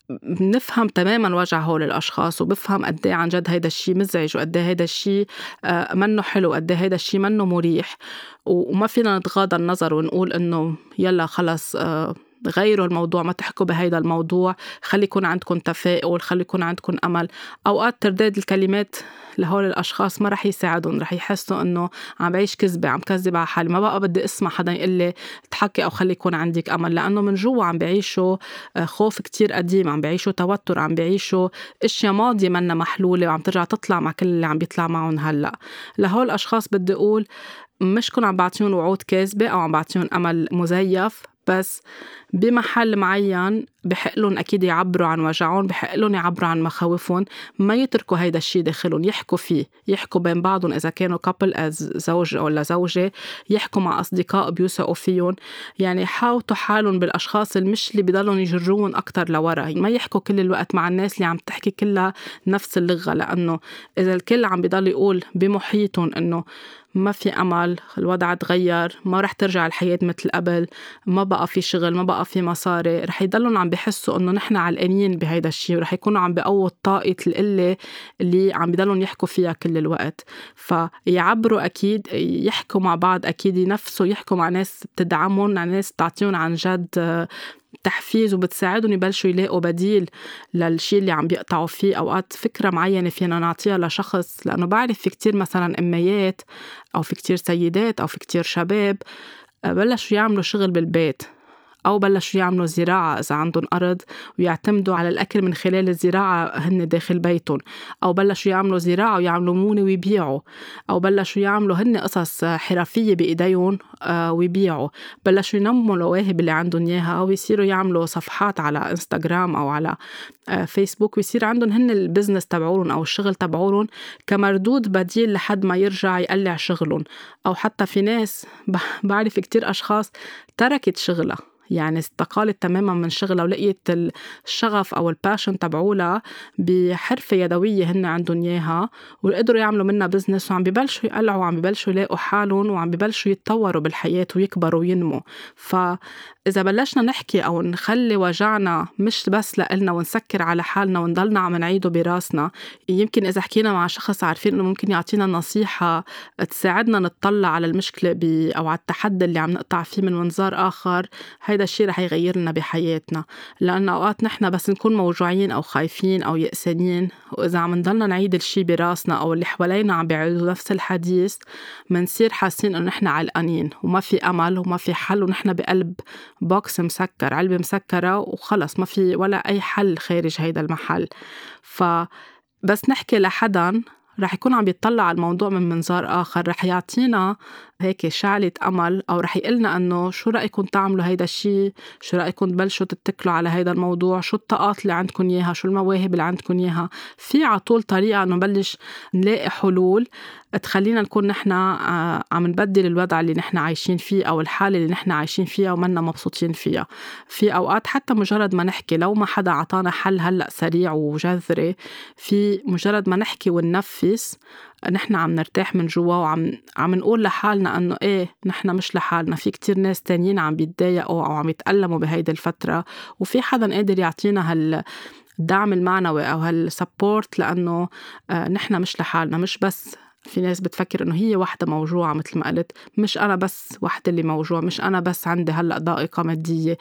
بنفهم تماما وجع هول الأشخاص، وبفهم قد ايه عن جد هيدا الشيء مزعج، وقد ايه هيدا الشيء منه حلو، وقد ايه هيدا الشيء منه مريح، وما فينا نتغاضى النظر ونقول إنه يلا خلص غيروا الموضوع، ما تحكوا بهيدا الموضوع، خلي يكون عندكم تفاؤل، خلي يكون عندكم أمل. أوقات ترداد الكلمات لهول الأشخاص ما رح يساعدهم، رح يحسوا إنه عم بعيش كذبة، عم كذب على حالي، ما بقى بدي اسمع حدا يقول لي تحكي أو خلي يكون عندك أمل، لأنه من جوا عم بعيشوا خوف كتير قديم، عم بعيشوا توتر، عم بعيشوا اشياء ماضية منا محلولة وعم ترجع تطلع مع كل اللي عم بيطلع معهم هلأ. لهول الأشخاص بدي أقول مش كون عم بعطيهم وعود كاذبة أو عم بعطيهم أمل مزيف، بس بمحل معين بحق لهم أكيد يعبروا عن وجعهم، بحق لهم يعبروا عن مخاوفهم، ما يتركوا هيدا الشيء داخلهم، يحكوا فيه، يحكوا بين بعضهم إذا كانوا couple as زوج ولا زوجة، يحكوا مع أصدقاء بيوثقوا فيهم، يعني يحاوطوا حالهم بالأشخاص المش اللي بيضلون يجرون أكتر لورا، ما يحكوا كل الوقت مع الناس اللي عم تحكي كلها نفس اللغة، لأنه إذا الكل عم بيضل يقول بمحيطهم إنه ما في أمل، الوضع تغير، ما رح ترجع الحياة مثل قبل، ما بقى في شغل، ما بقى في مصاري، رح يضلون عم بيحسوا إنه نحن علقانين بهيدا الشي، ورح يكونوا عم بيقووا طاقة القلة اللي عم بيضلون يحكوا فيها كل الوقت. فيعبروا أكيد، يحكوا مع بعض أكيد، ينفسوا يحكوا مع ناس بتدعمهم، مع ناس تعطيهم عن جد تحفيز وبتساعدهم يبلشوا يلاقوا بديل للشي اللي عم بيقطعوا فيه. أوقات فكرة معينة فينا نعطيها لشخص، لأنه بعرف في كتير مثلا أميات أو في كتير سيدات أو في كتير شباب بلشوا يعملوا شغل بالبيت، أو بلشوا يعملوا زراعة إذا عندهم أرض ويعتمدوا على الأكل من خلال الزراعة هن داخل بيتهم، أو بلشوا يعملوا زراعة ويعملوا مونة ويبيعوا، أو بلشوا يعملوا هن قصص حرفية بإيديهم ويبيعوا، بلشوا ينموا الواهب اللي عندهم إياها ويصيروا يعملوا صفحات على إنستغرام أو على فيسبوك، ويصير عندهم هن البزنس تبعولن أو الشغل تبعولن كمردود بديل لحد ما يرجع يقلع شغلهم. أو حتى في ناس بعرف كتير أشخاص تركت شغلها، يعني استقالت تماما من شغلها ولقيت الشغف أو الباشن تبعولها بحرفة يدوية هن عندهم إياها، وقدروا يعملوا منها بزنس، وعم ببلشوا يقلعوا وعم ببلشوا يلاقوا حالهم وعم ببلشوا يتطوروا بالحياة ويكبروا وينموا. فإذا بلشنا نحكي أو نخلي وجعنا مش بس لإلنا ونسكر على حالنا ونضلنا عم نعيده براسنا، يمكن إذا حكينا مع شخص عارفين إنه ممكن يعطينا نصيحة تساعدنا نتطلع على المشكلة ب أو على التحدي اللي عم نقطع فيه من منظار آخر، هيدا الشيء رح يغير لنا بحياتنا. لأن أوقات نحن بس نكون موجوعين أو خايفين أو يأسانين، وإذا عم نضلنا نعيد الشيء براسنا أو اللي حوالينا عم بيعيدوا نفس الحديث، منصير حاسين إنه نحن علقانين وما في أمل وما في حل، ونحن بقلب بوكس مسكر، علبة مسكرة وخلص ما في ولا أي حل خارج هيدا المحل. فبس نحكي لحداً رح يكون عم بيطلع على الموضوع من منظار آخر، رح يعطينا هيك شعلة أمل، أو رح يقلنا أنه شو رأيكم تعملوا هيدا الشي، شو رأيكم تبلشوا تتكلوا على هيدا الموضوع، شو الطاقات اللي عندكم إياها، شو المواهب اللي عندكم إياها. في عطول طريقة أنه نبلش نلاقي حلول تخلينا نكون نحنا عم نبدل الوضع اللي نحنا عايشين فيه أو الحالة اللي نحنا عايشين فيها ومنا مبسوطين فيها. في أوقات حتى مجرد ما نحكي، لو ما حدا عطانا حل هلأ سريع وجذري، في مجرد ما نحكي وننفس نحن عم نرتاح من جوا، وعم عم نقول لحالنا أنه إيه نحن مش لحالنا، في كتير ناس تانيين عم بيتضايقوا أو عم يتألموا بهيدي الفترة، وفي حدا قادر يعطينا هالدعم المعنوي أو هالسبورت، لأنه آه نحن مش لحالنا. مش بس في ناس بتفكر إنه هي واحدة موجوعة مثل ما قلت، مش أنا بس واحدة اللي موجوعة، مش أنا بس عندي هلأ ضائقة مادية،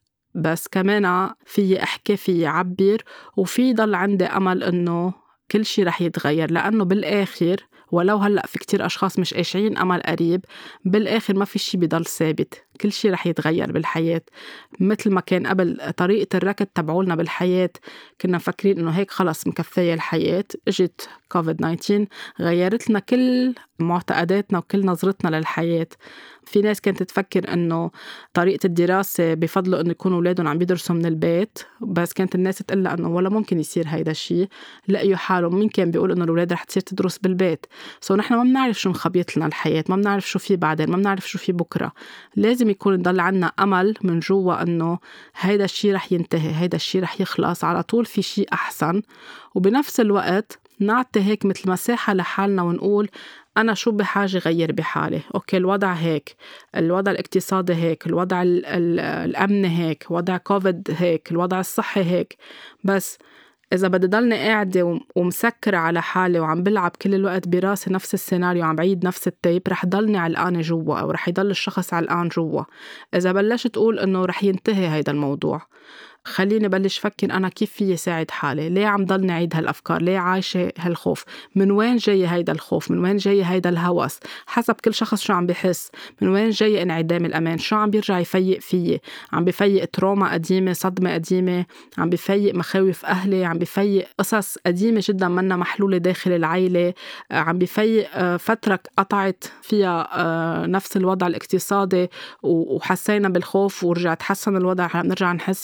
بس كمان في أحكي، في عبر، وفي ضل عندي أمل إنه كل شي رح يتغير. لأنه بالآخر ولو هلأ في كتير أشخاص مش قاشعين أمل قريب، بالآخر ما في شي بيضل ثابت، كل شي رح يتغير بالحياة. مثل ما كان قبل طريقة الركض تبعولنا بالحياة كنا مفكرين إنه هيك خلص مكفية الحياة، اجت كوفيد تسعة عشر غيرت لنا كل معتقداتنا وكل نظرتنا للحياة. في ناس كانت تفكر إنه طريقة الدراسة بفضلوا إنه يكونوا أولادهم عم بيدرسوا من البيت، بس كانت الناس تقول إنه ولا ممكن يصير هيدا الشيء. لقيوا حالهم مين كان بيقول إنه الأولاد رح تصير تدرس بالبيت. سو نحن ما بنعرف شو مخبيت لنا الحياة، ما بنعرف شو في بعدين، ما بنعرف شو في بكرة. لازم يكون يضل عنا أمل من جوا إنه هيدا الشيء رح ينتهي، هيدا الشيء رح يخلص، على طول في شيء أحسن. وبنفس الوقت نعطي هيك مثل مساحة لحالنا ونقول أنا شو بحاجة غير بحالي. أوكي الوضع هيك، الوضع الاقتصادي هيك، الوضع ال ال الأمن هيك، وضع كوفيد هيك، الوضع الصحي هيك، بس إذا بدي ضلني قاعدة ومسكرة على حالي وعم بلعب كل الوقت براسي نفس السيناريو، عم بعيد نفس التيب، رح ضلني علقانة جوا، أو رح يضل الشخص علقان جوا. إذا بلشت تقول إنه رح ينتهي هيدا الموضوع، خليني بلش فكر أنا كيف فيي ساعد حالي، ليه عم ضلني عيد هالأفكار، ليه عايشة هالخوف، من وين جاي هيدا الخوف، من وين جاي هيدا الهوس، حسب كل شخص شو عم بيحس، من وين جاي انعدام الأمان، شو عم بيرجع يفيق فيي، عم بيفيق تروما قديمة، صدمة قديمة، عم بيفيق مخاوف أهلي، عم بيفيق قصص قديمة جدا منا محلولة داخل العيلة، عم بيفيق فترة قطعت فيها نفس الوضع الاقتصادي وحسينا بالخوف ورجع تحسن الوضع، عم نرجع نحس فيه.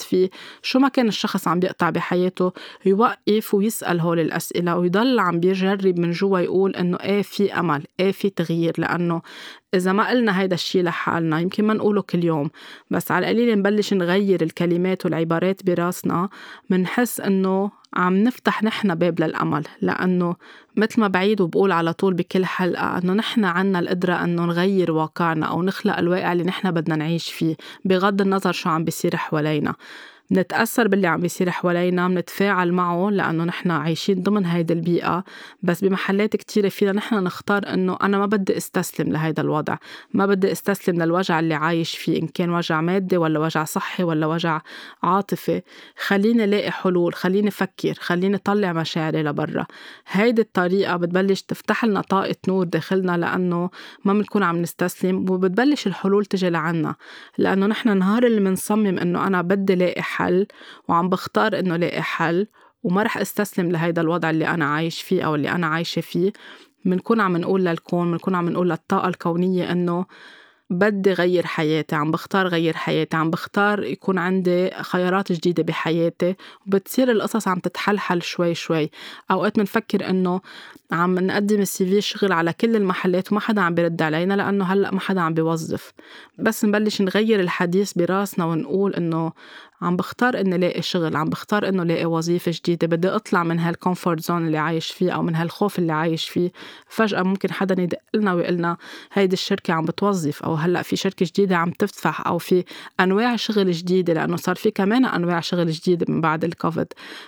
شو ما كان الشخص عم بيقطع بحياته يوقف ويسأل هول الأسئلة ويضل عم بيجرب من جوا يقول إنه إيه في أمل، إيه في تغيير. لأنه إذا ما قلنا هيدا الشي لحالنا يمكن ما نقوله كل يوم، بس على القليل نبلش نغير الكلمات والعبارات براسنا، منحس إنه عم نفتح نحن باب للأمل. لأنه مثل ما بعيد وبقول على طول بكل حلقة إنه نحن عنا القدرة إنه نغير واقعنا أو نخلق الواقع اللي نحن بدنا نعيش فيه بغض النظر شو عم بيصير حوالينا. نتأثر باللي عم بيصير حوالينا، منتفاعل معه لأنه نحن عايشين ضمن هيدا البيئة، بس بمحلات كتيرة فينا نحن نختار إنه أنا ما بدي استسلم لهيدا الوضع، ما بدي استسلم للوجع اللي عايش فيه، إن كان وجع مادي ولا وجع صحي ولا وجع عاطفي. خليني لاقي حلول، خليني أفكر، خليني طلع مشاعري لبرا. هيدي الطريقة بتبلش تفتح لنا طاقة نور داخلنا، لأنه ما بنكون عم نستسلم وبتبلش الحلول تجي لعنا. لأنه نحن نهار اللي منصمم إنه أنا بدي لاقي حل وعم بختار إنه لاقي حل وما رح استسلم لهيدا الوضع اللي أنا عايش فيه أو اللي أنا عايشة فيه، منكون عم نقول للكون، منكون عم نقول للطاقة الكونية إنه بدي غير حياتي، عم بختار غير حياتي، عم بختار يكون عندي خيارات جديدة بحياتي. وبتصير القصص عم تتحلحل شوي شوي. أوقات منفكر إنه عم نقدم السي في شغل على كل المحلات وما حدا عم بيرد علينا لأنه هلأ ما حدا عم بيوظف. بس نبلش نغير الحديث براسنا ونقول إنه عم بختار إني لاقي شغل، عم بختار إنه لاقي وظيفة جديدة، بدي أطلع من هالكومفورت زون اللي عايش فيه أو من هالخوف اللي عايش فيه. فجأة ممكن حدا يدق لنا ويقلنا هيدي الشركة عم بتوظف، أو هلأ في شركة جديدة عم تفتح، أو في أنواع شغل جديدة، لأنه صار في كمان أنواع شغل جديدة من بعد الكوفيد.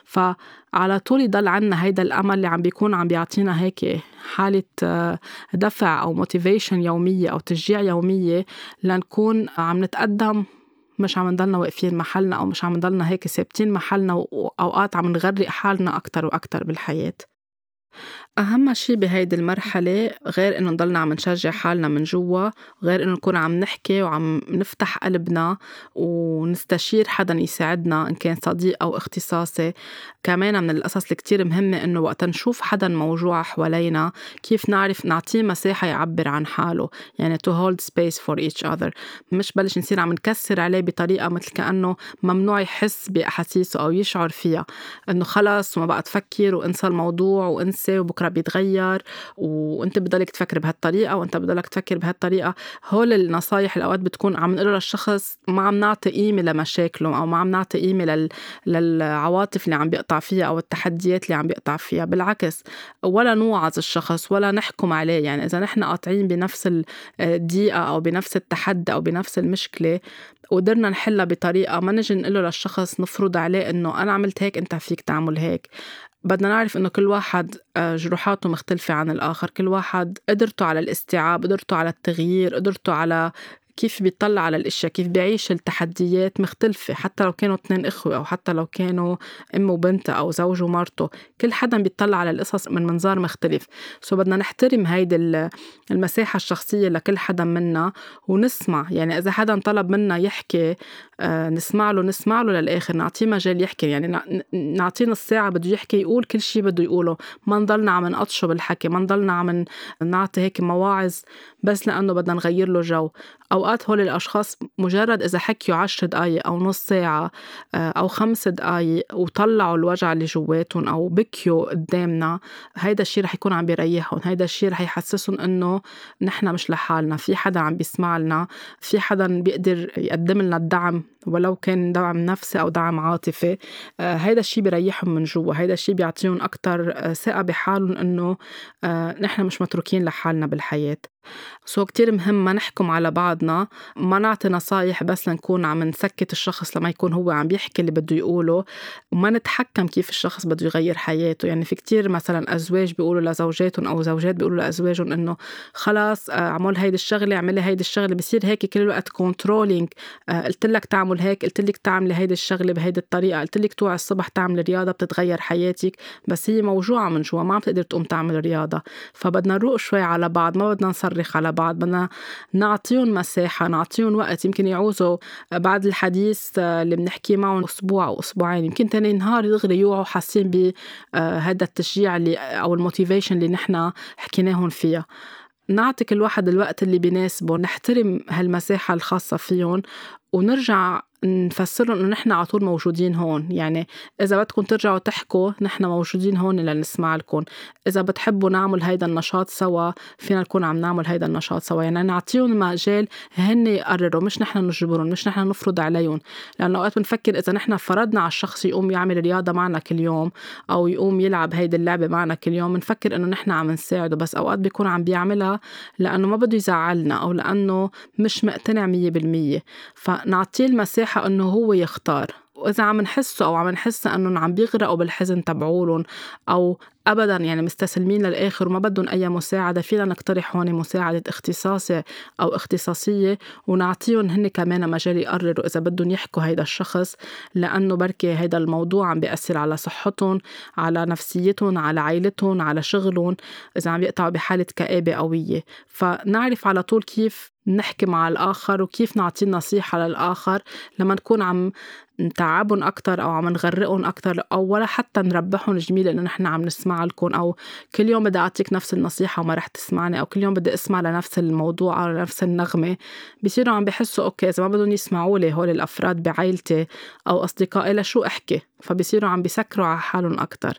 فعلى طول يضل عنا هيدا الأمل اللي عم بيكون عم بيعطينا هيك حالة دفع أو موتيفيشن يومية أو تشجيع يومية لنكون عم نتقدم، مش عم نضلنا واقفين محلنا أو مش عم نضلنا هيك ثابتين محلنا وأوقات عم نغرق حالنا أكتر وأكتر بالحياة. أهم شي بهيدي المرحلة غير إنه نضلنا عم نشجع حالنا من جوا، غير إنه نكون عم نحكي وعم نفتح قلبنا ونستشير حدا يساعدنا إن كان صديق أو اختصاصي. كمان من القصص اللي كتير مهمة إنه وقت نشوف حدا موجوع حوالينا كيف نعرف نعطيه مساحة يعبر عن حاله، يعني to hold space for each other. مش بلش نصير عم نكسر عليه بطريقة مثل كأنه ممنوع يحس بأحاسيسه أو يشعر فيها، إنه خلاص وما بقى تفكر وانسى الموضوع وانسى وبكرة بيتغير وانت بضلك تفكر بهالطريقة وانت بضلك تفكر بهالطريقة. هول النصايح الأوقات بتكون عم نقول للشخص ما عم نعطي قيمة لمشاكله أو ما عم نعطي قيمة لل... للعواطف اللي عم بيقطع فيها أو التحديات اللي عم بيقطع فيها. بالعكس، ولا نوعظ الشخص ولا نحكم عليه. يعني إذا نحن قاطعين بنفس الضيقة أو بنفس التحدي أو بنفس المشكلة وقدرنا نحلها بطريقة، ما نجي نقول للشخص نفرض عليه إنه أنا عملت هيك أنت فيك تعمل هيك. بدنا نعرف إنه كل واحد جروحاته مختلفة عن الآخر، كل واحد قدرته على الاستيعاب، قدرته على التغيير، قدرته على كيف بيطلع على الاشياء، كيف بيعيش التحديات مختلفة. حتى لو كانوا اثنين اخوة او حتى لو كانوا ام وبنت او زوج ومرته، كل حدا بيطلع على القصص من منظار مختلف. سو بدنا نحترم هيدي المساحة الشخصية لكل حدا منا ونسمع. يعني اذا حدا طلب منا يحكي آه نسمع له، نسمع له للاخر، نعطيه مجال يحكي. يعني نعطيه نص ساعة بده يحكي يقول كل شيء بده يقوله، ما نضلنا عم نقطشه بالحكي، ما نضلنا عم نعطي هيك مواعظ بس لأنه بدنا نغير له جو. أوقات هول الأشخاص مجرد إذا حكيوا عشر دقايق أو نص ساعة أو خمس دقايق وطلعوا الوجع اللي جواتهم أو بكيوا قدامنا، هيدا الشي رح يكون عم بيريحهم، هيدا الشي رح يحسسهم إنه نحن مش لحالنا، في حدا عم بيسمع لنا، في حدا بيقدر يقدم لنا الدعم ولو كان دعم نفسي أو دعم عاطفي. هيدا الشي بيريحهم من جوا، هيدا الشي بيعطيهم أكتر ثقة بحالهم إنه نحن مش متروكين لحالنا بالحياة. سو كتير مهم ما نحكم على بعضنا، ما نعطي نصايح بس لنكون عم نسكت الشخص لما يكون هو عم بيحكي اللي بده يقوله، وما نتحكم كيف الشخص بده يغير حياته. يعني في كتير مثلا أزواج بيقولوا لزوجاتهم أو زوجات بيقولوا لأزواجهم إنه خلاص عمل هيدي الشغلة، عملي هيدي الشغلة، بصير هيك كل الوقت كنترولينج. قلت لك تعمل هيك، قلت لك تعملي هيدي الشغلة بهيدي الطريقة، قلت لك توعي الصبح تعمل رياضة بتتغير حياتك، بس هي موجوعة من جوا ما عم تقدر تقوم تعمل رياضة. فبدنا نروق شوي على بعض، ما بدنا نصرخ على بعض، بدنا نعطيهم مساحة، نعطيهم وقت. يمكن يعوزوا بعد الحديث اللي بنحكي معهم أسبوع أو أسبوعين، يمكن تاني نهار يغري يوعوا حاسين بهذا التشجيع اللي أو الموتيفيشن اللي نحنا حكيناهم فيها. نعطي كل واحد الوقت اللي بيناسبه، نحترم هالمساحة الخاصة فيهم ونرجع نفسرهم إنه نحن على طول موجودين هون. يعني إذا بدكم ترجعوا تحكوا نحن موجودين هون لنسمع لكم، إذا بتحبوا نعمل هيدا النشاط سوا فينا نكون عم نعمل هيدا النشاط سوا. يعني نعطيهم مجال هن يقرروا، مش نحن نجبرهم، مش نحن نفرض عليهم. لأنه أوقات بنفكر إذا نحن فرضنا على الشخص يقوم يعمل رياضة معنا كل يوم أو يقوم يلعب هيدا اللعبة معنا كل يوم بنفكر إنه نحن عم نساعده، بس أوقات بيكون عم بيعملها لأنه ما بده يزعلنا أو لأنه مش مقتنع مية بالمية. فنعطيه المساحة إنه هو يختار. وإذا عم نحسه أو عم نحس إنه عم بيغرقوا بالحزن تبعولن أو أبداً يعني مستسلمين للآخر وما بدهم أي مساعدة، فينا نقترح هون مساعدة اختصاصي أو اختصاصية ونعطيهم هن كمان مجال يقرروا إذا بدهم يحكوا هيدا الشخص، لأنه بركي هيدا الموضوع عم بيأثر على صحتهم، على نفسيتهم، على عائلتهم، على شغلهم، إذا عم يقطعوا بحالة كآبة قوية. فنعرف على طول كيف نحكي مع الآخر وكيف نعطي النصيحة للآخر لما نكون عم نتعبهم أكتر أو عم نغرقهم أكتر أو ولا حتى نربحهم جميل إنه نحن عم نسمع لكم، أو كل يوم بدي أعطيك نفس النصيحة وما رح تسمعني، أو كل يوم بدي أسمع لنفس الموضوع أو لنفس النغمة. بيصيروا عم بيحسوا أوكي إذا ما بدهم يسمعوا لي هول الأفراد بعائلتي أو أصدقائي لشو أحكي، فبيصيروا عم بيسكروا على حالهم أكتر.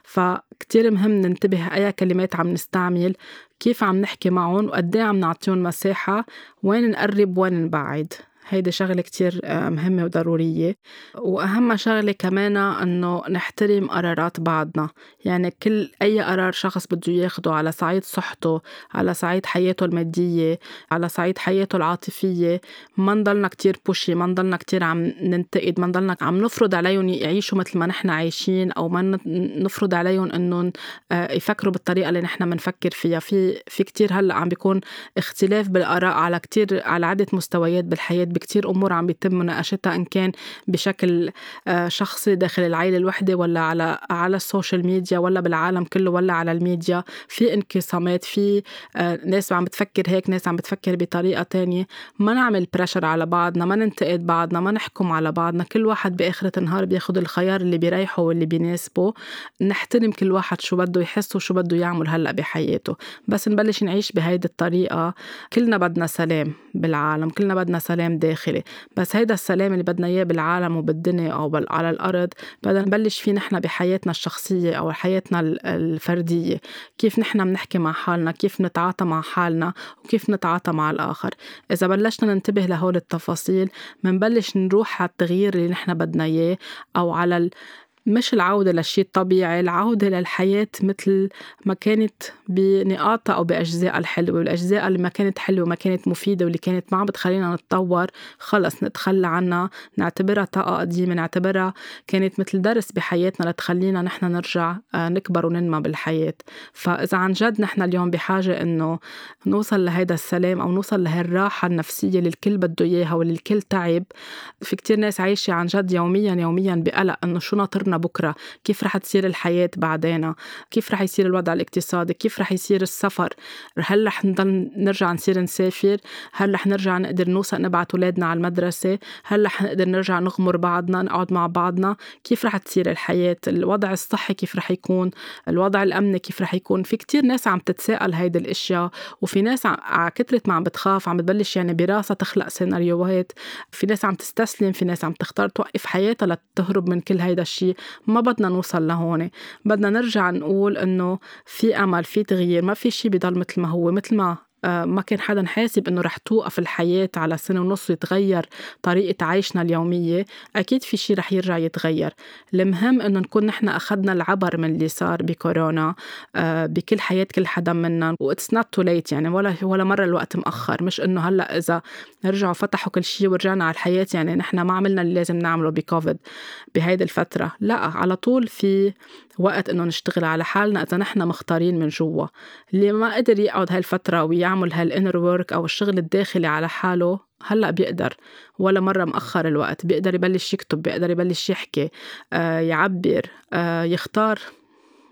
فكتير مهم ننتبه أي كلمات عم نستعمل، كيف عم نحكي معهم، وقديه عم نعطيهم مساحة، وين نقرب وين نبعد. هيدا شغلة كتير مهمة وضرورية. وأهم شغلة كمان أنه نحترم قرارات بعضنا. يعني كل أي قرار شخص بده ياخده على صعيد صحته، على صعيد حياته المادية، على صعيد حياته العاطفية، ما نضلنا كتير بوشي، ما نضلنا كتير عم ننتقد، ما نضلنا عم نفرض عليهم يعيشوا مثل ما نحن عايشين، أو ما نفرض عليهم أنه يفكروا بالطريقة اللي نحن منفكر فيها. في في كتير هلأ عم بيكون اختلاف بالآراء على كتير على عدة مستويات بالحياة، بكتير أمور عم بيتم مناقشتها إن كان بشكل شخصي داخل العائلة الوحدة ولا على على السوشيال ميديا ولا بالعالم كله ولا على الميديا. في انقسامات، في ناس عم بتفكر هيك، ناس عم بتفكر بطريقة تانية. ما نعمل بريشر على بعضنا، ما ننتقد بعضنا، ما نحكم على بعضنا. كل واحد بآخرة النهار بياخد الخيار اللي بيريحه واللي بيناسبه. نحترم كل واحد شو بده يحس وشو بده يعمل هلأ بحياته. بس نبلش نعيش بهيدي الطريقة. كلنا بدنا سلام بالعالم، كلنا بدنا سلام داخلي، بس هيدا السلام اللي بدنا إياه بالعالم وبالدنيا أو على الأرض بدنا نبلش فيه نحن بحياتنا الشخصية أو حياتنا الفردية. كيف نحن بنحكي مع حالنا، كيف نتعاطى مع حالنا، وكيف نتعاطى مع الآخر. إذا بلشنا ننتبه لهول التفاصيل منبلش نروح على التغيير اللي نحن بدنا إياه، أو على ال مش العودة للشيء الطبيعي، العودة للحياة مثل ما كانت بنقاطها أو بأجزاء الحلوة، والأجزاء اللي ما كانت حلوة وما كانت مفيدة واللي كانت ما عم بتخلينا نتطور خلص نتخلى عنها، نعتبرها طاقة قديمة، نعتبرها كانت مثل درس بحياتنا لتخلينا نحن نرجع نكبر وننمى بالحياة. فإذا عن جد نحن اليوم بحاجة إنه نوصل لهيدا السلام أو نوصل لهالراحة النفسية اللي الكل بده إياها واللي الكل تعب. في كتير ناس عايشة عن جد يوميا يوميا بقلق إنه شو ناطرنا بكرة، كيف رح تصير الحياة بعدين، كيف رح يصير الوضع الاقتصادي، كيف رح يصير السفر، هل رح نضل نرجع نصير نسافر، هل رح نرجع نقدر نوصل نبعت أولادنا على المدرسة، هل رح نقدر نرجع نغمر بعضنا نقعد مع بعضنا، كيف رح تصير الحياة، الوضع الصحي كيف رح يكون، الوضع الأمني كيف رح يكون. في كتير ناس عم تتساءل هيدا الاشياء، وفي ناس على كترة ما عم بتخاف عم بتبلش يعني براسها تخلق سيناريوهات. في ناس عم تستسلم، في ناس عم تختار توقف حياتها لتهرب من كل هيدا الشيء. ما بدنا نوصل لهون، بدنا نرجع نقول إنه في أمل، في تغيير، ما في شيء بيضل مثل ما هو. مثل ما ما كان حدا حاسب إنه رح توقف الحياة على سنة ونص ويتغير طريقة عيشنا اليومية، أكيد في شيء رح يرجع يتغير. المهم إنه نكون نحن أخذنا العبر من اللي صار بكورونا بكل حياة كل حدا منا، و it's not too late. يعني ولا ولا مرة الوقت مأخر. مش إنه هلأ إذا رجعوا فتحوا كل شيء ورجعنا على الحياة يعني نحن ما عملنا اللي لازم نعمله بكوفيد بهيدا الفترة. لا، على طول في وقت إنه نشتغل على حالنا إذا نحن مختارين من جوا. اللي ما قدر يقعد هالفترة ويعمل هالإنر وورك أو الشغل الداخلي على حاله هلأ بيقدر، ولا مرة مأخر الوقت. بيقدر يبلش يكتب، بيقدر يبلش يحكي، آه يعبر، آه يختار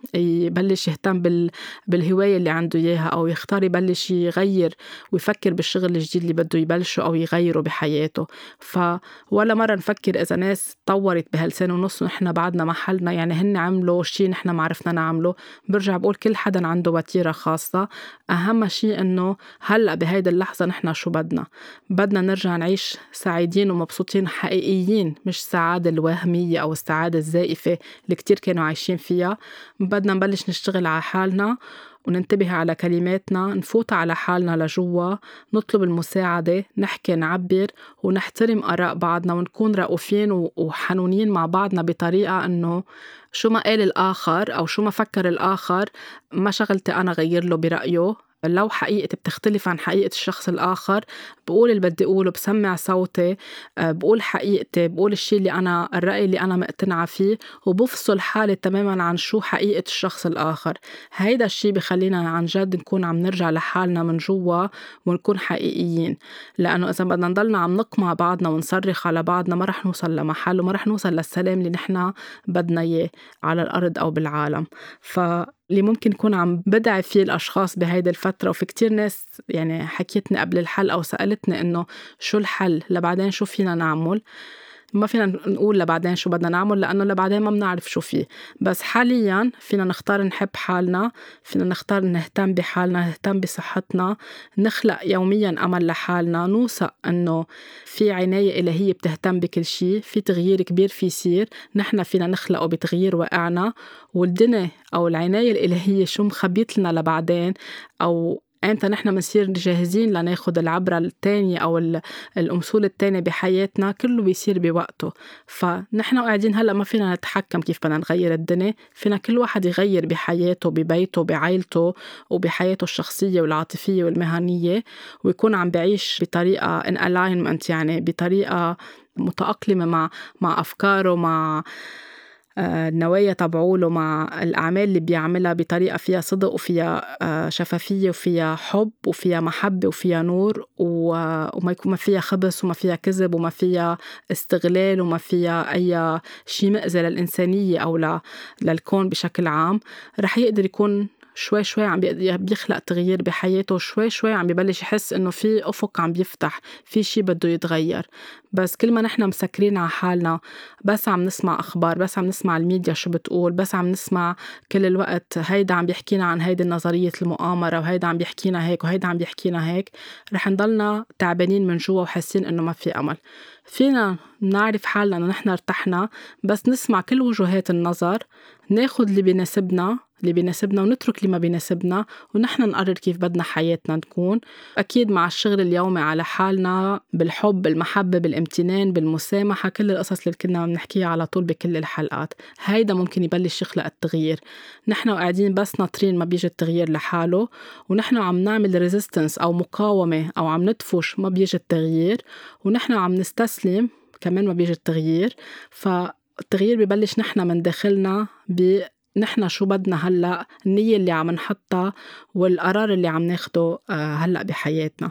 يبلش يهتم بال... بالهواية اللي عنده إياها، أو يختار يبلش يغير ويفكر بالشغل الجديد اللي بده يبلشه أو يغيره بحياته. فولا مرة نفكر إذا ناس طورت بهالسنة ونص ونحن بعدنا محلنا، يعني هن عملوا شيء نحن ما عرفنا نعمله. برجع بقول كل حدا عنده وتيرة خاصة. أهم شيء إنه هلأ بهيدا اللحظة نحن شو بدنا بدنا نرجع نعيش سعيدين ومبسوطين حقيقيين، مش السعادة الوهمية أو السعادة الزائفة اللي كتير كانوا عايشين فيها. بدنا نبلش نشتغل على حالنا وننتبه على كلماتنا، نفوت على حالنا لجوا، نطلب المساعدة، نحكي، نعبر، ونحترم آراء بعضنا، ونكون رؤوفين وحنونين مع بعضنا بطريقة أنه شو ما قال الآخر أو شو ما فكر الآخر ما شغلتي أنا غير له برأيه. لو حقيقتي بتختلف عن حقيقة الشخص الآخر، بقول اللي بدي أقوله، بسمع صوتي، بقول حقيقتي، بقول الشيء اللي أنا الرأي اللي أنا مقتنعة فيه، وبفصل حالي تماماً عن شو حقيقة الشخص الآخر. هيدا الشيء بخلينا عن جد نكون عم نرجع لحالنا من جوا ونكون حقيقيين. لأنه إذا بدنا نضلنا عم نقمع بعضنا ونصرخ على بعضنا ما رح نوصل لمحل وما رح نوصل للسلام اللي نحنا بدنا إياه على الأرض أو بالعالم. ف اللي ممكن يكون عم بدعي فيه الأشخاص بهيدي الفترة، وفي كتير ناس يعني حكيتني قبل الحل أو سألتني إنه شو الحل لبعدين، شو فينا نعمل. ما فينا نقول لبعدين شو بدنا نعمل لأنه لبعدين ما بنعرف شو فيه، بس حالياً فينا نختار نحب حالنا، فينا نختار نهتم بحالنا، نهتم بصحتنا، نخلق يومياً أمل لحالنا، نوثق أنه في عناية إلهية بتهتم بكل شيء، في تغيير كبير في يصير، نحن فينا نخلقه بتغيير واقعنا. والدنيا أو العناية الإلهية شو مخبيت لنا لبعدين، أو أنت نحن منصير جاهزين لناخد العبرة التانية أو الأمثول التانية بحياتنا، كله بيصير بوقته. فنحن قاعدين هلأ ما فينا نتحكم كيف بدنا نغير الدنيا، فينا كل واحد يغير بحياته، ببيته، بعائلته، وبحياته الشخصية والعاطفية والمهنية، ويكون عم بعيش بطريقة in alignment، يعني بطريقة متأقلمة مع مع أفكاره، مع النوايا تبعوله، مع الأعمال اللي بيعملها بطريقة فيها صدق وفيها شفافية وفيها حب وفيها محبة وفيها نور، وما يكون ما فيها خبث وما فيها كذب وما فيها استغلال وما فيها أي شيء مأذي للإنسانية أو للكون بشكل عام. رح يقدر يكون شوي شوي عم بيخلق تغيير بحياته، شوي شوي عم بيبلش يحس إنه في أفق عم بيفتح، في شي بده يتغير. بس كل ما نحن مسكرين على حالنا، بس عم نسمع أخبار، بس عم نسمع الميديا شو بتقول، بس عم نسمع كل الوقت هيدا عم بيحكينا عن هيدا نظرية المؤامرة وهيدا عم بيحكينا هيك وهيدا عم بيحكينا هيك، رح نضلنا تعبانين من جوا وحاسين إنه ما في أمل. فينا نعرف حالنا إنه نحن ارتحنا بس نسمع كل وجهات النظر، ناخد اللي بيناسبنا اللي بيناسبنا ونترك اللي ما بيناسبنا، ونحن نقرر كيف بدنا حياتنا تكون. أكيد مع الشغل اليومي على حالنا بالحب، بالمحبة، بالامتنان، بالمسامحة، كل القصص اللي كنا بنحكيها على طول بكل الحلقات، هيدا ممكن يبلش يخلق التغيير. نحن قاعدين بس ناطرين ما بيجي التغيير لحاله، ونحن عم نعمل ريزيستنس أو مقاومة أو عم ندفش ما بيجي التغيير، ونحن عم نستسلم كمان ما بيجي التغيير. فالتغيير بيبلش نحن من داخلنا، ب نحن شو بدنا هلأ، النية اللي عم نحطها والقرار اللي عم ناخده هلأ بحياتنا.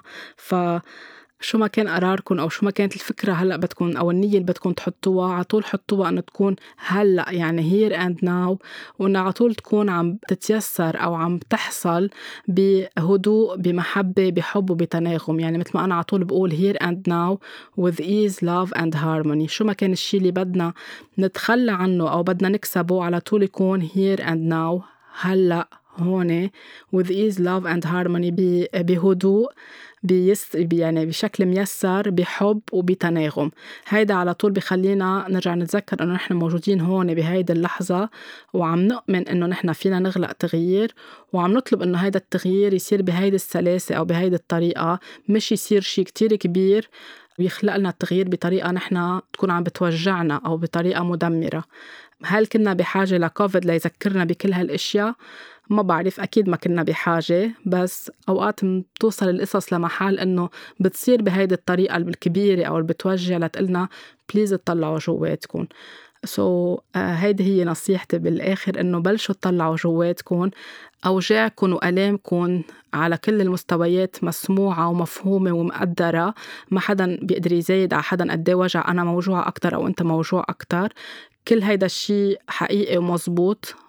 فشو ما كان قراركم أو شو ما كانت الفكرة هلأ بدكم أو النية اللي بدكم تحطوها، عطول حطوها أنه تكون هلأ، يعني here and now، وأنه عطول تكون عم تتيسر أو عم تحصل بهدوء، بمحبة، بحب وبتناغم. يعني مثل ما أنا عطول بقول here and now with ease, love and harmony. شو ما كان الشي اللي بدنا نتخلى عنه أو بدنا نكسبه، على طول يكون here and now، هلأ، هون، with ease, love and harmony، بهدوء، بيس يعني بشكل ميسر، بحب وبتناغم. هيدا على طول بخلينا نرجع نتذكر إنه نحن موجودين هون بهيدا اللحظة، وعم نؤمن إنه نحن فينا نخلق تغيير، وعم نطلب إنه هيدا التغيير يصير بهيدا السلاسة أو بهيدا الطريقة، مش يصير شي كتير كبير ويخلق لنا التغيير بطريقة نحن تكون عم بتوجعنا أو بطريقة مدمرة. هل كنا بحاجة لكوفيد ليذكرنا بكل هالاشياء؟ ما بعرف، أكيد ما كنا بحاجة، بس أوقات بتوصل القصص لمحل إنه بتصير بهيدي الطريقة الكبيرة أو اللي بتوجع لتقلنا بليز تطلعوا جواتكم. سو so, uh, هيدي هي نصيحتي بالآخر، إنه بلشوا تطلعوا جواتكم. أوجاعكم وألامكم على كل المستويات مسموعة ومفهومة ومقدرة، ما حدا بيقدر يزايد على حدا قديه وجع، أنا موجوعة أكتر أو أنت موجوع أكتر. كل هيدا الشيء حقيقي ومزبوط،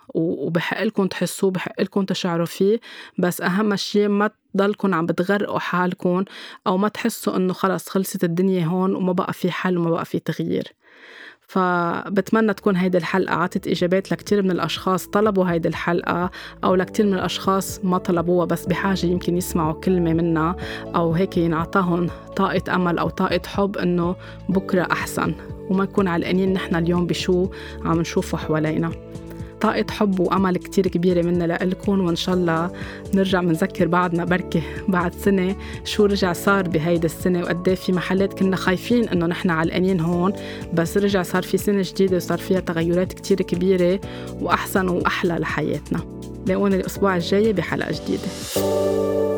وبحق لكم تحسوه، بحق لكم تشعروا فيه، بس أهم شيء ما تضلكم عم بتغرقوا حالكم أو ما تحسوا إنه خلص خلصت الدنيا هون وما بقى في حل وما بقى في تغيير. فبتمنى تكون هيدي الحلقة عطت إجابات لكتير من الأشخاص طلبوا هيدي الحلقة، أو لكتير من الأشخاص ما طلبوها بس بحاجة يمكن يسمعوا كلمة منها، أو هيك ينعطاهم طاقة أمل أو طاقة حب إنه بكرة أحسن، وما نكون علقانين نحن اليوم بشو عم نشوفه حوالينا. طاقة حب وأمل كتير كبيرة منا لإلكم، وإن شاء الله نرجع منذكر بعدنا بركة بعد سنة شو رجع صار بهيدا السنة، وقديه في محلات كنا خايفين إنه نحن علقانين هون بس رجع صار في سنة جديدة وصار فيها تغيرات كتير كبيرة وأحسن وأحلى لحياتنا. لاقوني الأسبوع الجاي بحلقة جديدة.